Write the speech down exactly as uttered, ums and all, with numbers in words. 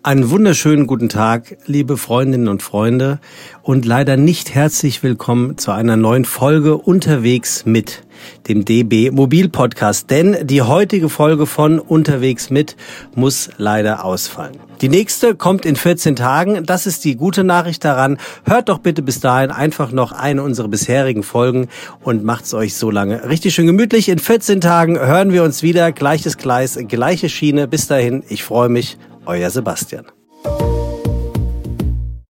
Einen wunderschönen guten Tag, liebe Freundinnen und Freunde, und leider nicht herzlich willkommen zu einer neuen Folge Unterwegs mit dem D B Mobil Podcast, denn die heutige Folge von Unterwegs mit muss leider ausfallen. Die nächste kommt in vierzehn Tagen, das ist die gute Nachricht daran. Hört doch bitte bis dahin einfach noch eine unserer bisherigen Folgen und macht's euch so lange richtig schön gemütlich. In vierzehn Tagen hören wir uns wieder, gleiches Gleis, gleiche Schiene. Bis dahin, ich freue mich. Euer Sebastian.